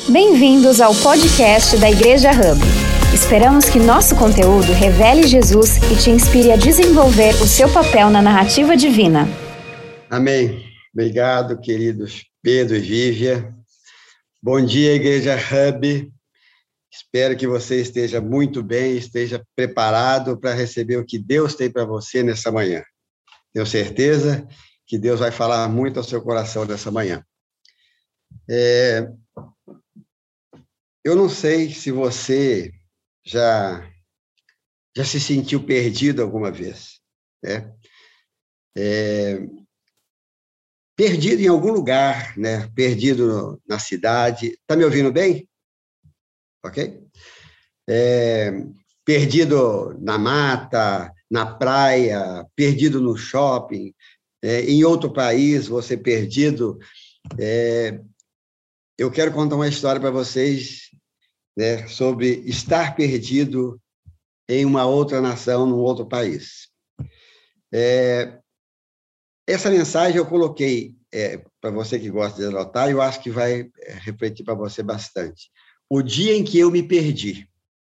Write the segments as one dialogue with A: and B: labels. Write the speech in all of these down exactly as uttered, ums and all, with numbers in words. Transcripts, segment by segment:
A: Bem-vindos ao podcast da Igreja Hub. Esperamos que nosso conteúdo revele Jesus e te inspire a desenvolver o seu papel na narrativa divina.
B: Amém. Obrigado, queridos Pedro e Vívia. Bom dia, Igreja Hub. Espero que você esteja muito bem, esteja preparado para receber o que Deus tem para você nessa manhã. Tenho certeza que Deus vai falar muito ao seu coração nessa manhã. É... Eu não sei se você já, já se sentiu perdido alguma vez, né? É... Perdido em algum lugar, né? Perdido no, na cidade. Está me ouvindo bem? Ok? É... Perdido na mata, na praia, perdido no shopping, é... em outro país, você perdido. É... Eu quero contar uma história para vocês, né, sobre estar perdido em uma outra nação, num outro país. É, essa mensagem eu coloquei é, para você que gosta de anotar, e eu acho que vai é, refletir para você bastante. O dia em que eu me perdi.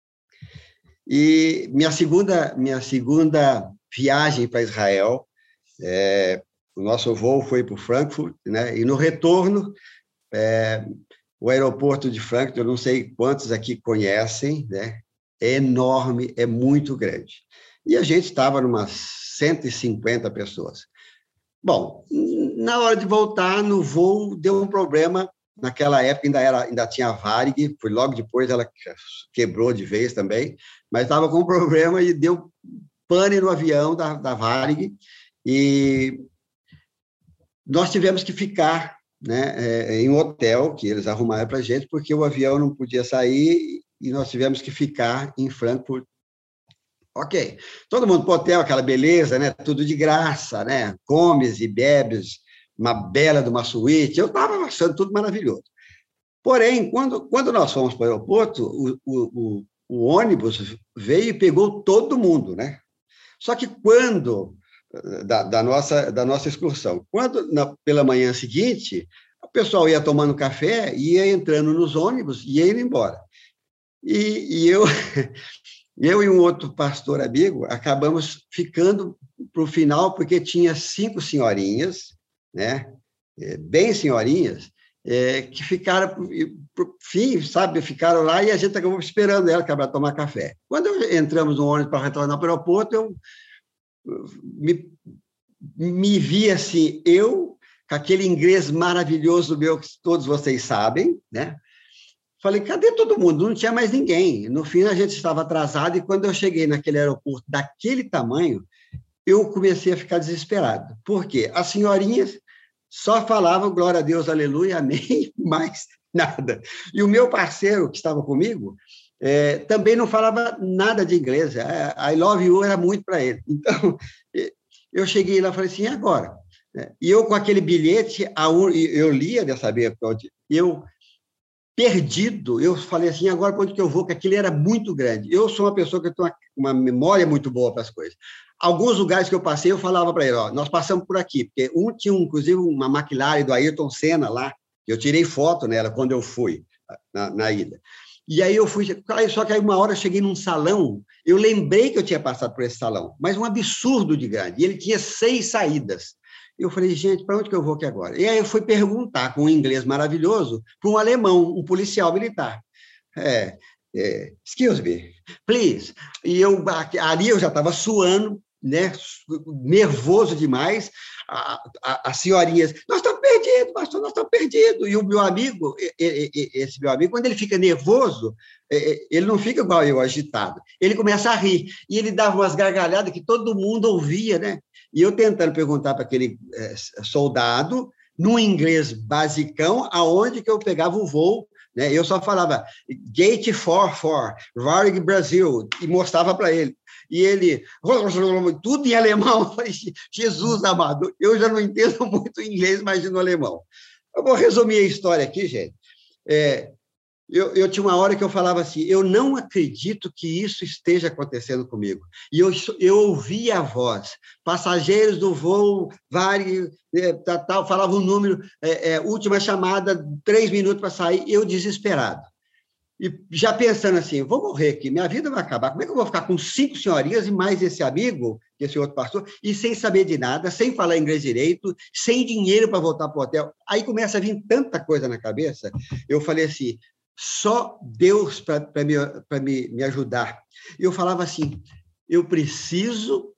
B: E minha segunda, minha segunda viagem para Israel, é, o nosso voo foi para Frankfurt, né, e no retorno, é, o aeroporto de Frankfurt, eu não sei quantos aqui conhecem, né? É enorme, é muito grande. E a gente estava umas cento e cinquenta pessoas. Bom, na hora de voltar no voo, deu um problema. Naquela época ainda, era, ainda tinha a Varig, foi logo depois ela quebrou de vez também, mas estava com um problema e deu pane no avião da, da Varig, e nós tivemos que ficar, né, em um hotel que eles arrumaram para a gente, porque o avião não podia sair e nós tivemos que ficar em Frankfurt. Ok, todo mundo para o hotel, aquela beleza, né, tudo de graça, né, comes e bebes, uma bela de uma suíte, eu estava achando tudo maravilhoso. Porém, quando, quando nós fomos para o aeroporto, o, o, o, o ônibus veio e pegou todo mundo, né? Só que quando... Da, da, nossa, da nossa excursão. Quando, na, pela manhã seguinte, o pessoal ia tomando café, ia entrando nos ônibus e ia indo embora. E, e eu, eu e um outro pastor amigo acabamos ficando para o final, porque tinha cinco senhorinhas, né, bem senhorinhas, é, que ficaram, por fim, sabe, ficaram lá e a gente acabou esperando ela acabar de tomar café. Quando entramos no ônibus para retornar para o aeroporto, eu Me, me vi assim, eu, com aquele inglês maravilhoso meu, que todos vocês sabem, né? Falei, cadê todo mundo? Não tinha mais ninguém. No fim, a gente estava atrasado, e quando eu cheguei naquele aeroporto daquele tamanho, eu comecei a ficar desesperado. Por quê? As senhorinhas só falavam glória a Deus, aleluia, amém, mais nada. E o meu parceiro, que estava comigo, É, também não falava nada de inglês, I love you era muito para ele. Então, eu cheguei lá e falei assim, e agora? E eu, com aquele bilhete, eu lia dessa vez, eu, perdido, eu falei assim, agora para onde que eu vou? Porque aquilo era muito grande. Eu sou uma pessoa que tem uma, uma memória muito boa para as coisas. Alguns lugares que eu passei, eu falava para ele, ó, nós passamos por aqui, porque um tinha, inclusive, uma McLaren do Ayrton Senna lá, eu tirei foto nela quando eu fui na, na ida. E aí eu fui, só que aí uma hora eu cheguei num salão, eu lembrei que eu tinha passado por esse salão, mas um absurdo de grande, e ele tinha seis saídas. Eu falei, gente, para onde que eu vou aqui agora? E aí eu fui perguntar, com um inglês maravilhoso, para um alemão, um policial militar. É, é, excuse me, please. E eu, ali eu já estava suando, né, nervoso demais, as senhorinhas, nós estamos perdidos, pastor, nós estamos perdidos. E o meu amigo, esse meu amigo, quando ele fica nervoso, ele não fica igual eu, agitado, ele começa a rir, e ele dava umas gargalhadas que todo mundo ouvia, né? E eu tentando perguntar para aquele soldado, num inglês basicão, aonde que eu pegava o voo, né? Eu só falava, Gate quarenta e quatro, Varig Brasil, e mostrava para ele. E ele, tudo em alemão. Eu falei, Jesus amado, eu já não entendo muito inglês, imagina o alemão. Eu vou resumir a história aqui, gente. É, Eu, eu tinha uma hora que eu falava assim, eu não acredito que isso esteja acontecendo comigo. E eu, eu ouvia a voz, passageiros do voo, vários, é, tal, tal, falava um número, é, é, última chamada, três minutos para sair, eu desesperado. E já pensando assim, vou morrer aqui, minha vida vai acabar, como é que eu vou ficar com cinco senhorinhas e mais esse amigo, esse outro pastor, e sem saber de nada, sem falar inglês direito, sem dinheiro para voltar para o hotel? Aí começa a vir tanta coisa na cabeça, eu falei assim, só Deus para me, me, me ajudar. Eu falava assim, eu preciso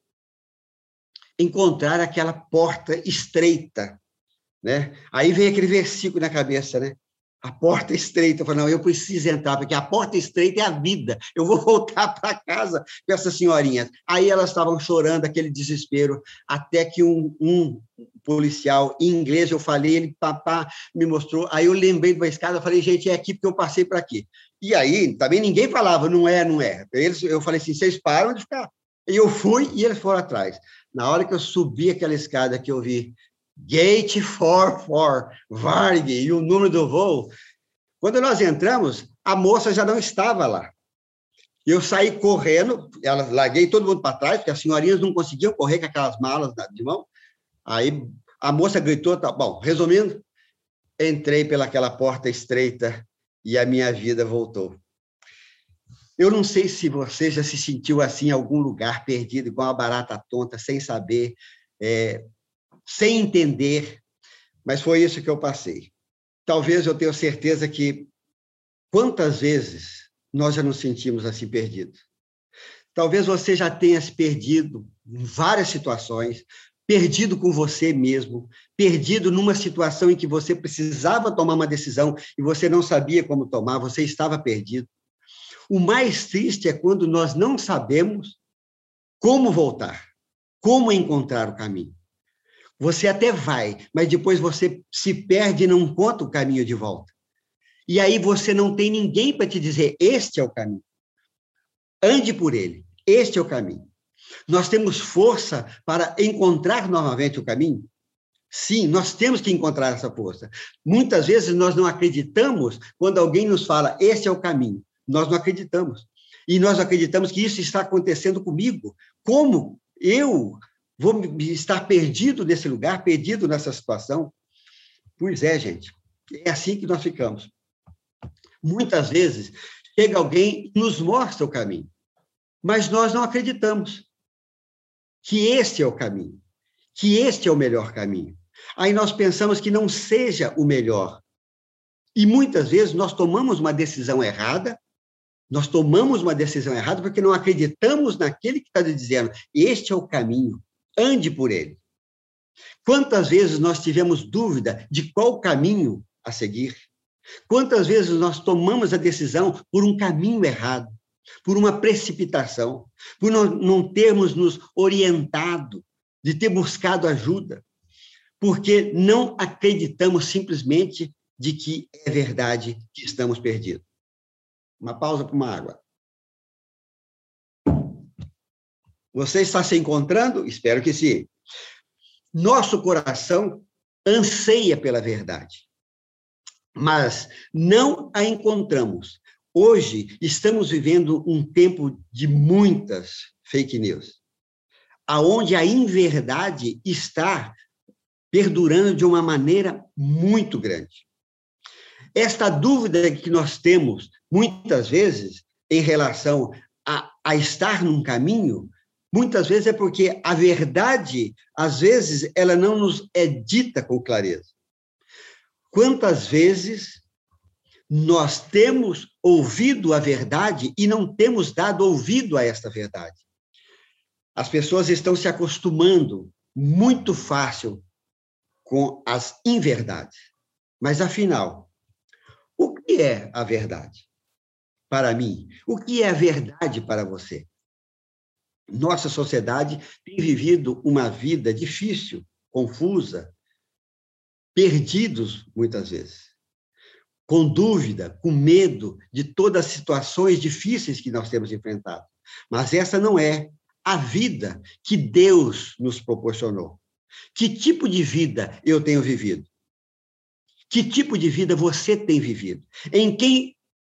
B: encontrar aquela porta estreita, né? Aí vem aquele versículo na cabeça, né? A porta estreita. Eu falei, não, eu preciso entrar, porque a porta estreita é a vida. Eu vou voltar para casa com essas senhorinhas. Aí elas estavam chorando, aquele desespero, até que um, um policial em inglês, eu falei, ele papá me mostrou, aí eu lembrei de uma escada, eu falei, gente, é aqui porque eu passei por aqui. E aí, também ninguém falava, não é, não é. Eles, eu falei assim, vocês param de ficar. E eu fui e eles foram atrás. Na hora que eu subi aquela escada que eu vi, Gate quarenta e quatro, Varg, e o número do voo. Quando nós entramos, a moça já não estava lá. Eu saí correndo, ela, larguei todo mundo para trás, porque as senhorinhas não conseguiam correr com aquelas malas de mão. Aí a moça gritou, tá bom, resumindo, entrei pelaquela porta estreita e a minha vida voltou. Eu não sei se você já se sentiu assim em algum lugar, perdido, igual uma barata tonta, sem saber, é, sem entender, mas foi isso que eu passei. Talvez eu tenha certeza que quantas vezes nós já nos sentimos assim perdidos. Talvez você já tenha se perdido em várias situações, perdido com você mesmo, perdido numa situação em que você precisava tomar uma decisão e você não sabia como tomar, você estava perdido. O mais triste é quando nós não sabemos como voltar, como encontrar o caminho. Você até vai, mas depois você se perde e não encontra o caminho de volta. E aí você não tem ninguém para te dizer, este é o caminho. Ande por ele, este é o caminho. Nós temos força para encontrar novamente o caminho? Sim, nós temos que encontrar essa força. Muitas vezes nós não acreditamos quando alguém nos fala, este é o caminho. Nós não acreditamos. E nós acreditamos que isso está acontecendo comigo. Como eu vou estar perdido nesse lugar, perdido nessa situação? Pois é, gente. É assim que nós ficamos. Muitas vezes, chega alguém e nos mostra o caminho, mas nós não acreditamos que este é o caminho, que este é o melhor caminho. Aí nós pensamos que não seja o melhor. E muitas vezes nós tomamos uma decisão errada, nós tomamos uma decisão errada porque não acreditamos naquele que está dizendo, este é o caminho, ande por ele. Quantas vezes nós tivemos dúvida de qual caminho a seguir? Quantas vezes nós tomamos a decisão por um caminho errado, por uma precipitação, por não, não termos nos orientado, de ter buscado ajuda, porque não acreditamos simplesmente de que é verdade que estamos perdidos. Uma pausa para uma água. Você está se encontrando? Espero que sim. Nosso coração anseia pela verdade, mas não a encontramos. Hoje, estamos vivendo um tempo de muitas fake news, aonde a inverdade está perdurando de uma maneira muito grande. Esta dúvida que nós temos, muitas vezes, em relação a, a estar num caminho, muitas vezes é porque a verdade, às vezes, ela não nos é dita com clareza. Quantas vezes nós temos ouvido a verdade e não temos dado ouvido a esta verdade? As pessoas estão se acostumando muito fácil com as inverdades. Mas, afinal, o que é a verdade para mim? O que é a verdade para você? Nossa sociedade tem vivido uma vida difícil, confusa, perdidos, muitas vezes, com dúvida, com medo de todas as situações difíceis que nós temos enfrentado. Mas essa não é a vida que Deus nos proporcionou. Que tipo de vida eu tenho vivido? Que tipo de vida você tem vivido? Em quem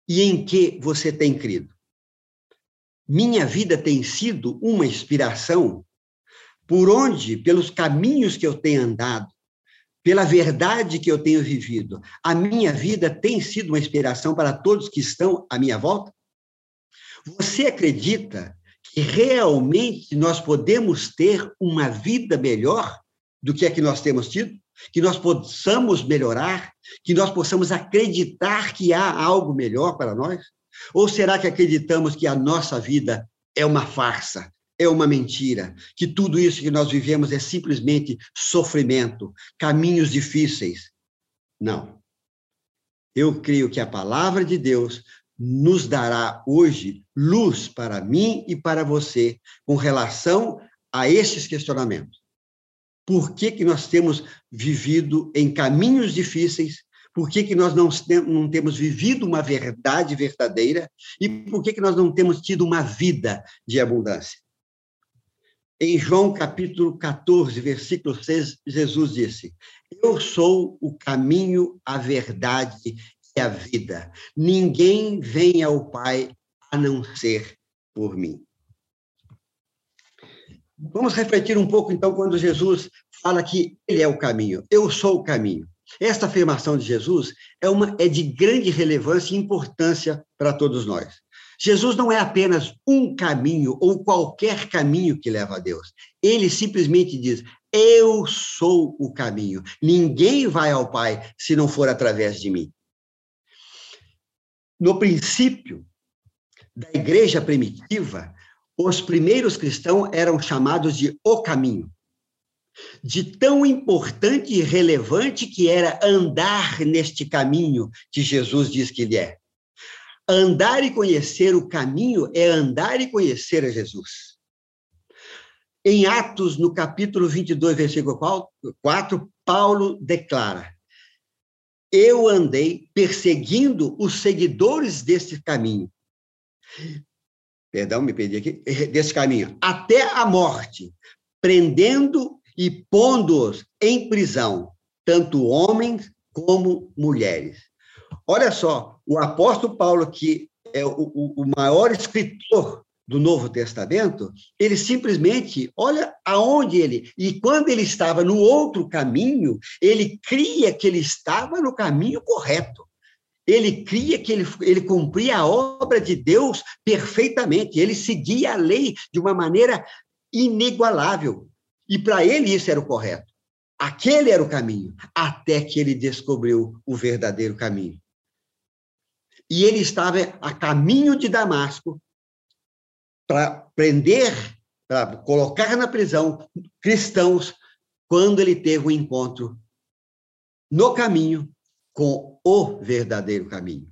B: e em que você tem crido? Minha vida tem sido uma inspiração por onde, pelos caminhos que eu tenho andado, pela verdade que eu tenho vivido, a minha vida tem sido uma inspiração para todos que estão à minha volta? Você acredita que realmente nós podemos ter uma vida melhor do que a que nós temos tido? Que nós possamos melhorar? Que nós possamos acreditar que há algo melhor para nós? Ou será que acreditamos que a nossa vida é uma farsa, é uma mentira, que tudo isso que nós vivemos é simplesmente sofrimento, caminhos difíceis? Não. Eu creio que a palavra de Deus nos dará hoje luz para mim e para você com relação a estes questionamentos. Por que que nós temos vivido em caminhos difíceis? Por que que nós não, não temos vivido uma verdade verdadeira? E por que que nós não temos tido uma vida de abundância? Em João capítulo quatorze, versículo seis, Jesus disse: eu sou o caminho, a verdade e a vida. Ninguém vem ao Pai a não ser por mim. Vamos refletir um pouco, então, quando Jesus fala que ele é o caminho. Eu sou o caminho. Esta afirmação de Jesus é, uma, é de grande relevância e importância para todos nós. Jesus não é apenas um caminho ou qualquer caminho que leva a Deus. Ele simplesmente diz: eu sou o caminho. Ninguém vai ao Pai se não for através de mim. No princípio da igreja primitiva, os primeiros cristãos eram chamados de o caminho. De tão importante e relevante que era andar neste caminho que Jesus diz que ele é. Andar e conhecer o caminho é andar e conhecer a Jesus. Em Atos, no capítulo vinte e dois, versículo quatro, Paulo declara: eu andei perseguindo os seguidores deste caminho. Perdão, me perdi aqui. Desse caminho. Até a morte, prendendo e pondo-os em prisão, tanto homens como mulheres. Olha só, o apóstolo Paulo, que é o, o maior escritor do Novo Testamento, ele simplesmente olha aonde ele... E quando ele estava no outro caminho, ele cria que ele estava no caminho correto. Ele cria que ele, ele cumpria a obra de Deus perfeitamente. Ele seguia a lei de uma maneira inigualável. E para ele isso era o correto. Aquele era o caminho, até que ele descobriu o verdadeiro caminho. E ele estava a caminho de Damasco para prender, para colocar na prisão cristãos, quando ele teve um encontro no caminho com o verdadeiro caminho.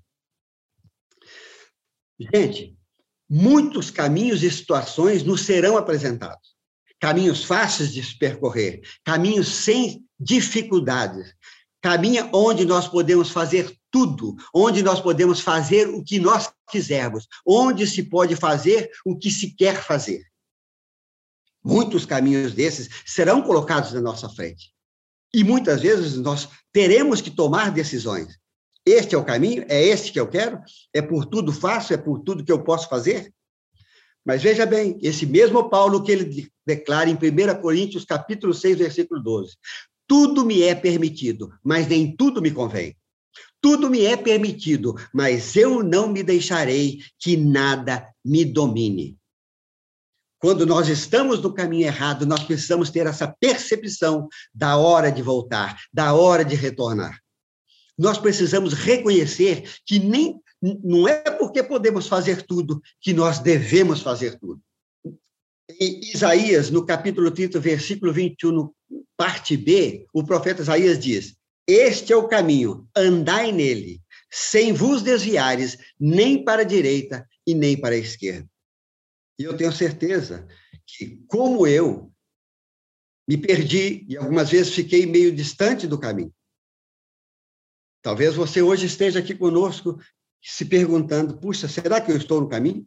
B: Gente, muitos caminhos e situações nos serão apresentados. Caminhos fáceis de se percorrer, caminhos sem dificuldades, caminho onde nós podemos fazer tudo, onde nós podemos fazer o que nós quisermos, onde se pode fazer o que se quer fazer. Muitos caminhos desses serão colocados na nossa frente. E muitas vezes nós teremos que tomar decisões. Este é o caminho? É este que eu quero? É por tudo fácil? É por tudo que eu posso fazer? Mas veja bem, esse mesmo Paulo que ele declara em primeira Coríntios, capítulo seis, versículo doze. Tudo me é permitido, mas nem tudo me convém. Tudo me é permitido, mas eu não me deixarei que nada me domine. Quando nós estamos no caminho errado, nós precisamos ter essa percepção da hora de voltar, da hora de retornar. Nós precisamos reconhecer que nem, não é porque podemos fazer tudo que nós devemos fazer tudo. Em Isaías, no capítulo trinta, versículo vinte e um, no parte B, o profeta Isaías diz: este é o caminho, andai nele, sem vos desviares, nem para a direita e nem para a esquerda. E eu tenho certeza que, como eu, me perdi e algumas vezes fiquei meio distante do caminho. Talvez você hoje esteja aqui conosco se perguntando: puxa, será que eu estou no caminho?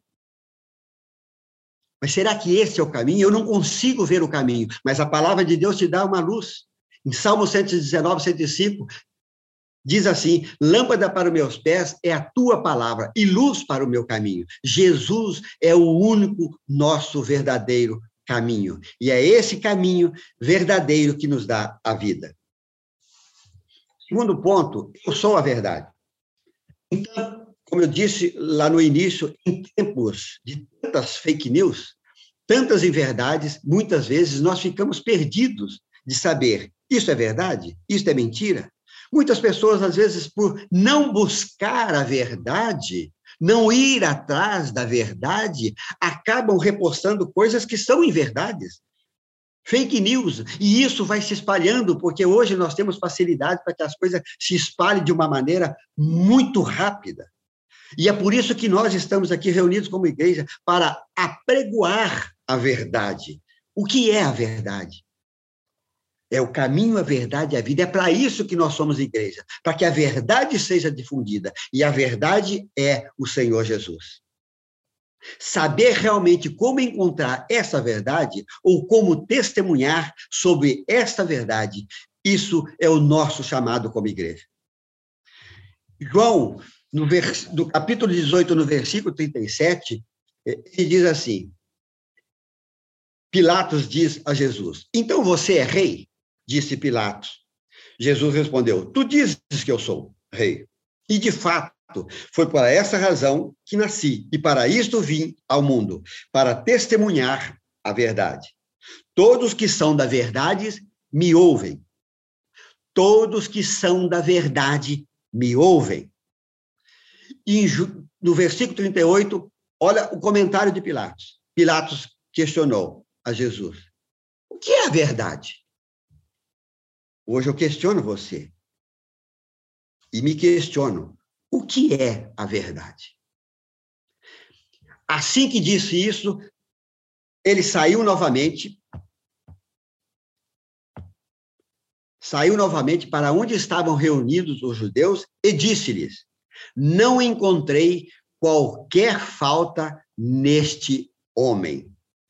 B: Mas será que esse é o caminho? Eu não consigo ver o caminho, mas a palavra de Deus te dá uma luz. Em Salmo cento e dezenove, cento e cinco, Diz assim: lâmpada para os meus pés é a tua palavra e luz para o meu caminho. Jesus é o único nosso verdadeiro caminho. E é esse caminho verdadeiro que nos dá a vida. Segundo ponto, eu sou a verdade. Então, como eu disse lá no início, em tempos de tantas fake news, tantas inverdades, muitas vezes nós ficamos perdidos de saber: isso é verdade? Isso é mentira? Muitas pessoas, às vezes, por não buscar a verdade, não ir atrás da verdade, acabam repostando coisas que são inverdades. Fake news, e isso vai se espalhando, porque hoje nós temos facilidade para que as coisas se espalhem de uma maneira muito rápida. E é por isso que nós estamos aqui reunidos como igreja, para apregoar a verdade. O que é a verdade? É o caminho, a verdade e a vida. É para isso que nós somos igreja, para que a verdade seja difundida. E a verdade é o Senhor Jesus. Saber realmente como encontrar essa verdade ou como testemunhar sobre esta verdade, isso é o nosso chamado como igreja. João, no, vers... no capítulo dezoito, no versículo trinta e sete, ele diz assim: Pilatos diz a Jesus: então você é rei? Disse Pilatos. Jesus respondeu: tu dizes que eu sou rei. E, de fato, foi por essa razão que nasci, e para isto vim ao mundo, para testemunhar a verdade. Todos que são da verdade me ouvem. Todos que são da verdade me ouvem. E no versículo trinta e oito, olha o comentário de Pilatos. Pilatos questionou a Jesus: o que é a verdade? Hoje eu questiono você. E me questiono: o que é a verdade? Assim que disse isso, ele saiu novamente, saiu novamente para onde estavam reunidos os judeus e disse-lhes: não encontrei qualquer falta neste homem.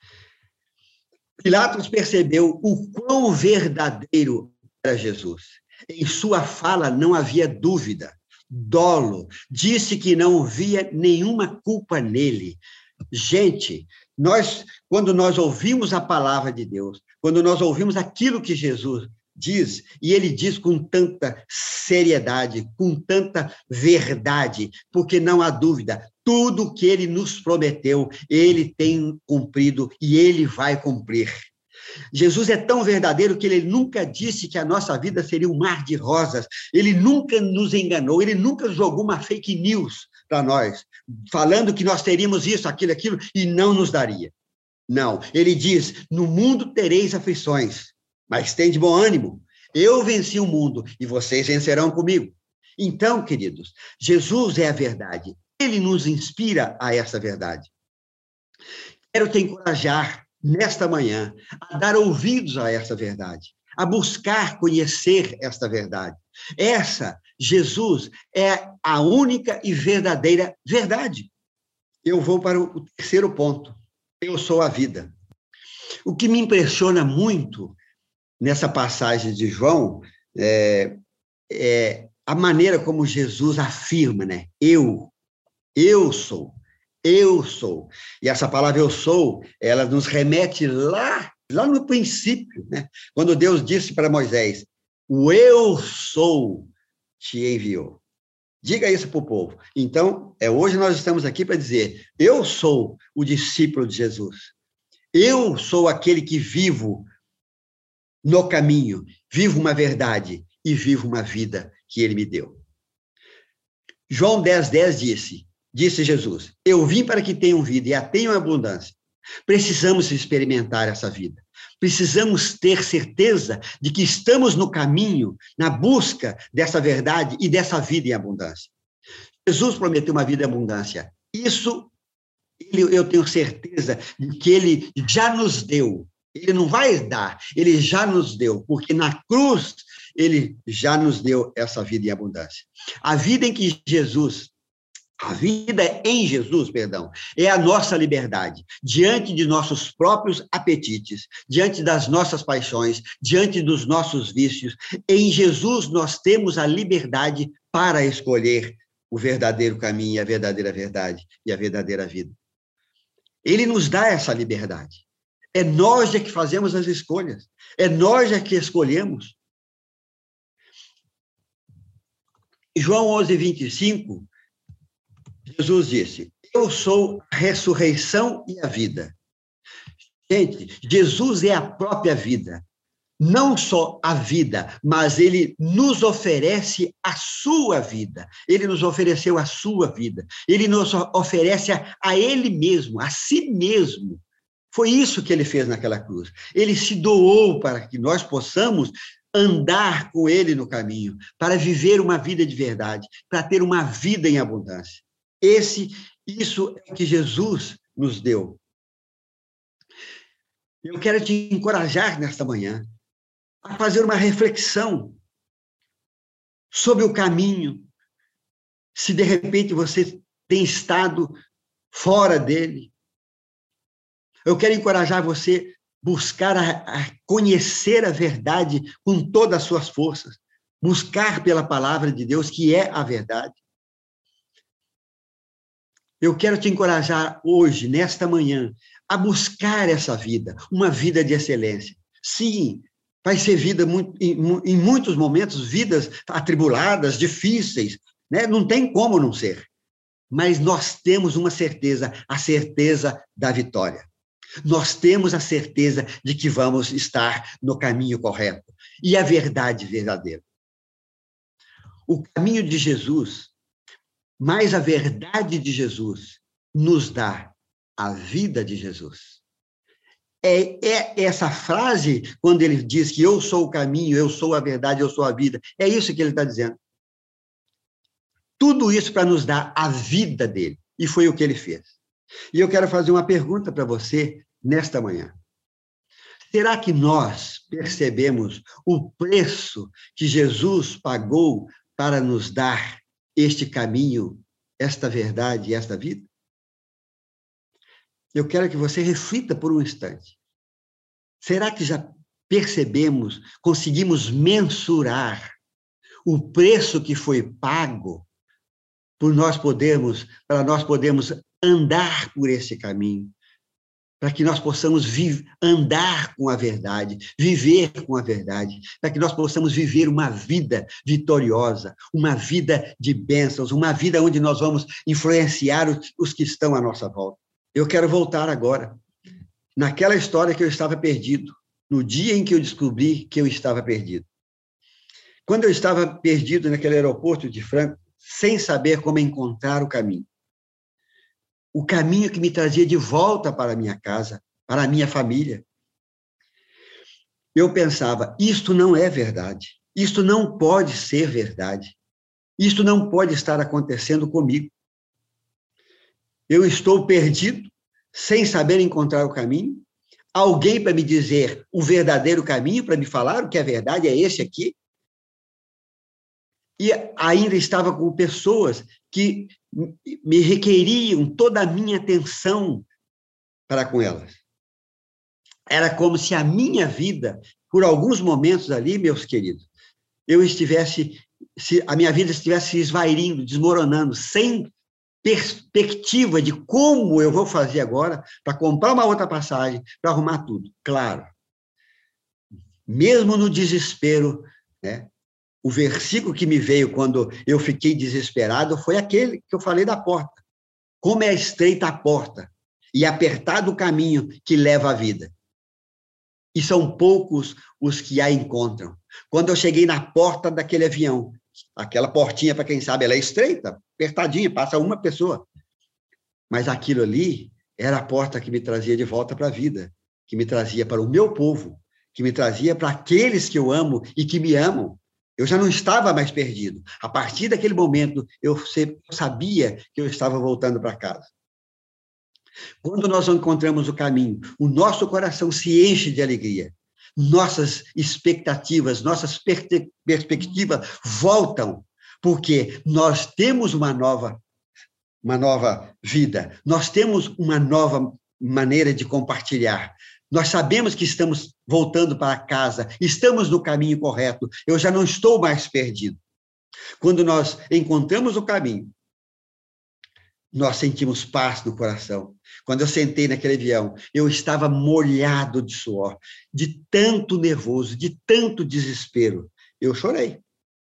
B: Pilatos percebeu o quão verdadeiro era Jesus. Em sua fala não havia dúvida, dolo, disse que não via nenhuma culpa nele. Gente, nós, quando nós ouvimos a palavra de Deus, quando nós ouvimos aquilo que Jesus diz, e ele diz com tanta seriedade, com tanta verdade, porque não há dúvida, tudo que ele nos prometeu, ele tem cumprido e ele vai cumprir. Jesus é tão verdadeiro que ele nunca disse que a nossa vida seria um mar de rosas, ele nunca nos enganou, ele nunca jogou uma fake news para nós, falando que nós teríamos isso, aquilo, aquilo, e não nos daria. Não, ele diz: no mundo tereis aflições, mas tem de bom ânimo, eu venci o mundo e vocês vencerão comigo. Então, queridos, Jesus é a verdade, ele nos inspira a essa verdade. Quero te encorajar nesta manhã a dar ouvidos a essa verdade, a buscar conhecer esta verdade. Essa, Jesus, é a única e verdadeira verdade. Eu vou para o terceiro ponto. Eu sou a vida. O que me impressiona muito nessa passagem de João é, é a maneira como Jesus afirma, né? Eu, eu sou, eu sou. E essa palavra eu sou, ela nos remete lá, lá no princípio, né? Quando Deus disse para Moisés: o eu sou te enviou. Diga isso para o povo. Então, é, hoje nós estamos aqui para dizer: eu sou o discípulo de Jesus. Eu sou aquele que vivo no caminho, vivo uma verdade e vivo uma vida que ele me deu. João dez, dez disse, disse Jesus: eu vim para que tenham vida e a tenham em abundância. Precisamos experimentar essa vida. Precisamos ter certeza de que estamos no caminho, na busca dessa verdade e dessa vida em abundância. Jesus prometeu uma vida em abundância. Isso ele, eu tenho certeza de que ele já nos deu. Ele não vai dar, ele já nos deu, porque na cruz ele já nos deu essa vida em abundância. A vida em que Jesus A vida em Jesus, perdão, é a nossa liberdade, diante de nossos próprios apetites, diante das nossas paixões, diante dos nossos vícios. Em Jesus nós temos a liberdade para escolher o verdadeiro caminho, a verdadeira verdade e a verdadeira vida. Ele nos dá essa liberdade. É nós é que fazemos as escolhas, é nós é que escolhemos. João onze, vinte e cinco, Jesus disse, eu sou a ressurreição e a vida. Gente, Jesus é a própria vida. Não só a vida, mas ele nos oferece a sua vida. Ele nos ofereceu a sua vida. Ele nos oferece a, a ele mesmo, a si mesmo. Foi isso que ele fez naquela cruz. Ele se doou para que nós possamos andar com ele no caminho, para viver uma vida de verdade, para ter uma vida em abundância. Esse, isso é o que Jesus nos deu. Eu quero te encorajar nesta manhã a fazer uma reflexão sobre o caminho, se de repente você tem estado fora dele. Eu quero encorajar você a buscar a, a conhecer a verdade com todas as suas forças, buscar pela palavra de Deus, que é a verdade. Eu quero te encorajar hoje, nesta manhã, a buscar essa vida, uma vida de excelência. Sim, vai ser vida muito, em, em muitos momentos, vidas atribuladas, difíceis, né? Não tem como não ser. Mas nós temos uma certeza, a certeza da vitória. Nós temos a certeza de que vamos estar no caminho correto e a verdade verdadeira. O caminho de Jesus, mais a verdade de Jesus, nos dá a vida de Jesus. É, é essa frase, quando ele diz que eu sou o caminho, eu sou a verdade, eu sou a vida, é isso que ele está dizendo. Tudo isso para nos dar a vida dele, e foi o que ele fez. E eu quero fazer uma pergunta para você nesta manhã. Será que nós percebemos o preço que Jesus pagou para nos dar este caminho, esta verdade e esta vida? Eu quero que você reflita por um instante. Será que já percebemos, conseguimos mensurar o preço que foi pago por nós podermos, para nós podermos andar por esse caminho, para que nós possamos andar com a verdade, viver com a verdade, para que nós possamos viver uma vida vitoriosa, uma vida de bênçãos, uma vida onde nós vamos influenciar os, os que estão à nossa volta. Eu quero voltar agora naquela história que eu estava perdido, no dia em que eu descobri que eu estava perdido. Quando eu estava perdido naquele aeroporto de Frankfurt, sem saber como encontrar o caminho. O caminho que me trazia de volta para a minha casa, para a minha família. Eu pensava, isto não é verdade. Isto não pode ser verdade. Isto não pode estar acontecendo comigo. Eu estou perdido, sem saber encontrar o caminho. Alguém para me dizer o verdadeiro caminho, para me falar o que é verdade, é esse aqui. E ainda estava com pessoas que me requeriam toda a minha atenção para com elas. Era como se a minha vida, por alguns momentos ali, meus queridos, eu estivesse, se a minha vida estivesse se esvairindo, desmoronando, sem perspectiva de como eu vou fazer agora para comprar uma outra passagem, para arrumar tudo. Claro, mesmo no desespero, né? O versículo que me veio quando eu fiquei desesperado foi aquele que eu falei da porta. Como é estreita a porta e apertado o caminho que leva à vida. E são poucos os que a encontram. Quando eu cheguei na porta daquele avião, aquela portinha, para quem sabe, ela é estreita, apertadinha, passa uma pessoa. Mas aquilo ali era a porta que me trazia de volta para a vida, que me trazia para o meu povo, que me trazia para aqueles que eu amo e que me amam. Eu já não estava mais perdido. A partir daquele momento, eu sabia que eu estava voltando para casa. Quando nós encontramos o caminho, o nosso coração se enche de alegria. Nossas expectativas, nossas perspectivas voltam, porque nós temos uma nova uma nova vida, nós temos uma nova maneira de compartilhar. Nós sabemos que estamos voltando para casa, estamos no caminho correto, eu já não estou mais perdido. Quando nós encontramos o caminho, nós sentimos paz no coração. Quando eu sentei naquele avião, eu estava molhado de suor, de tanto nervoso, de tanto desespero. Eu chorei.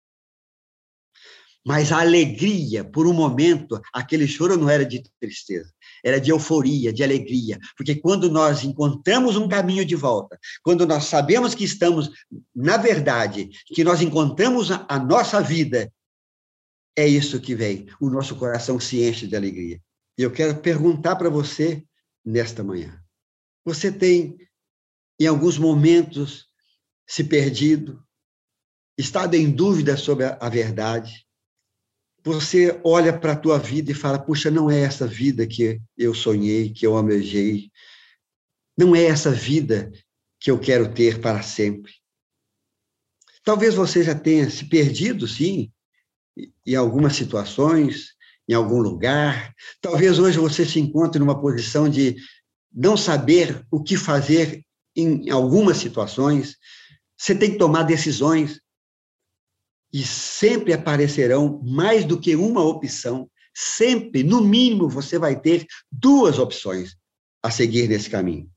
B: Mas a alegria, por um momento, aquele choro não era de tristeza, era de euforia, de alegria, porque quando nós encontramos um caminho de volta, quando nós sabemos que estamos, na verdade, que nós encontramos a, a nossa vida, é isso que vem, o nosso coração se enche de alegria. E eu quero perguntar para você, nesta manhã, você tem, em alguns momentos, se perdido, estado em dúvida sobre a, a verdade? Você olha para a tua vida e fala, puxa, não é essa vida que eu sonhei, que eu almejei, não é essa vida que eu quero ter para sempre. Talvez você já tenha se perdido, sim, em algumas situações, em algum lugar. Talvez hoje você se encontre numa posição de não saber o que fazer em algumas situações. Você tem que tomar decisões. E sempre aparecerão mais do que uma opção. Sempre, no mínimo, você vai ter duas opções a seguir nesse caminho.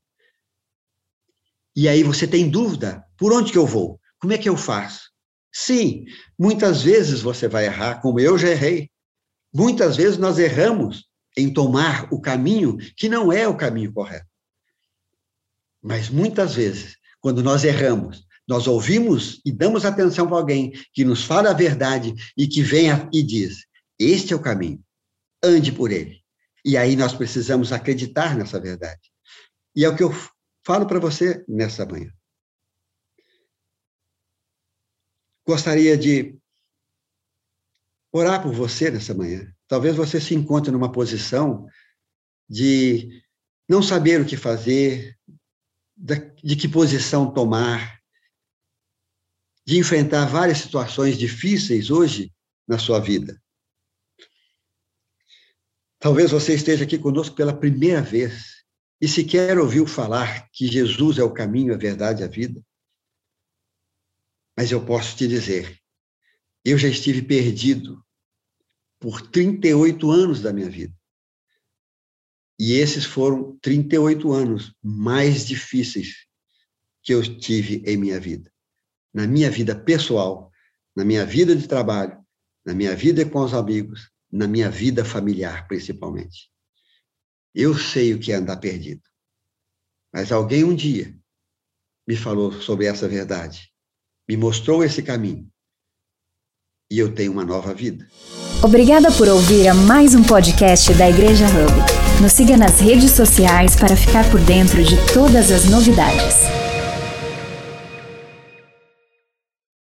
B: E aí você tem dúvida, por onde que eu vou? Como é que eu faço? Sim, muitas vezes você vai errar, como eu já errei. Muitas vezes nós erramos em tomar o caminho que não é o caminho correto. Mas muitas vezes, quando nós erramos, nós ouvimos e damos atenção para alguém que nos fala a verdade e que vem e diz, este é o caminho, ande por ele. E aí nós precisamos acreditar nessa verdade. E é o que eu falo para você nessa manhã. Gostaria de orar por você nessa manhã. Talvez você se encontre numa posição de não saber o que fazer, de que posição tomar, de enfrentar várias situações difíceis hoje na sua vida. Talvez você esteja aqui conosco pela primeira vez e sequer ouviu falar que Jesus é o caminho, a verdade e a vida. Mas eu posso te dizer, eu já estive perdido por trinta e oito anos da minha vida. E esses foram trinta e oito anos mais difíceis que eu tive em minha vida. Na minha vida pessoal, na minha vida de trabalho, na minha vida com os amigos, na minha vida familiar, principalmente. Eu sei o que é andar perdido. Mas alguém um dia me falou sobre essa verdade, me mostrou esse caminho, e eu tenho uma nova vida.
A: Obrigada por ouvir a mais um podcast da Igreja Hub. Nos siga nas redes sociais para ficar por dentro de todas as novidades.